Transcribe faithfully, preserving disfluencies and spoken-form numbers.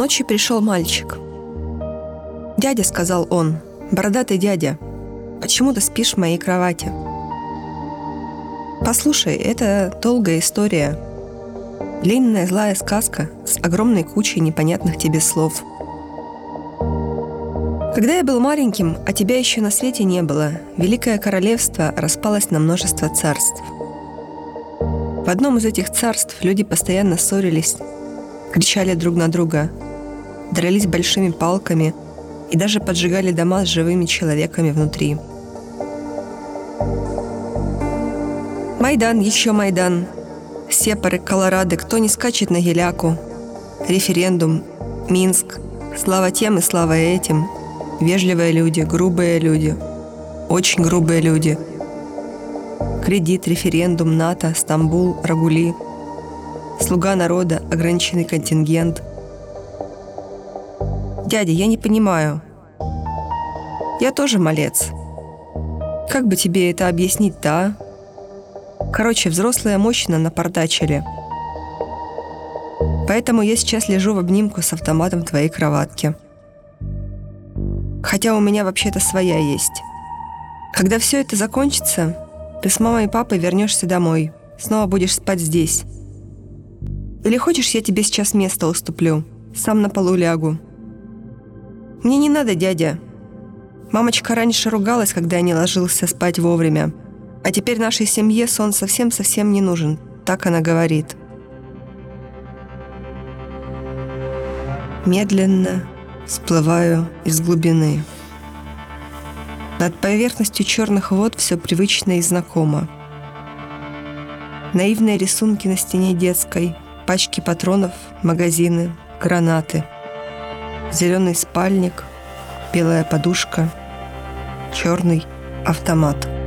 Ночью пришел мальчик. «Дядя», — сказал он, — «бородатый дядя, почему ты спишь в моей кровати?» Послушай, это долгая история. Длинная злая сказка с огромной кучей непонятных тебе слов. Когда я был маленьким, а тебя еще на свете не было, Великое Королевство распалось на множество царств. В одном из этих царств люди постоянно ссорились, кричали друг на друга, дрались большими палками и даже поджигали дома с живыми человеками внутри. Майдан, еще Майдан. Сепары, Колорадо, кто не скачет на геляку. Референдум, Минск. Слава тем и слава этим. Вежливые люди, грубые люди. Очень грубые люди. Кредит, референдум, НАТО, Стамбул, Рагули. Слуга народа, ограниченный контингент. Дядя, я не понимаю. Я тоже малец. Как бы тебе это объяснить-то, а? Короче, взрослые мощно напортачили. Поэтому я сейчас лежу в обнимку с автоматом в твоей кроватке. Хотя у меня вообще-то своя есть. Когда все это закончится, ты с мамой и папой вернешься домой. Снова будешь спать здесь. Или хочешь, я тебе сейчас место уступлю? Сам на полу лягу. Мне не надо, дядя. Мамочка раньше ругалась, когда я не ложился спать вовремя. А теперь нашей семье сон совсем-совсем не нужен. Так она говорит. Медленно всплываю из глубины. Над поверхностью черных вод все привычно и знакомо. Наивные рисунки на стене детской, пачки патронов, магазины, гранаты. Зеленый спальник, белая подушка, черный автомат.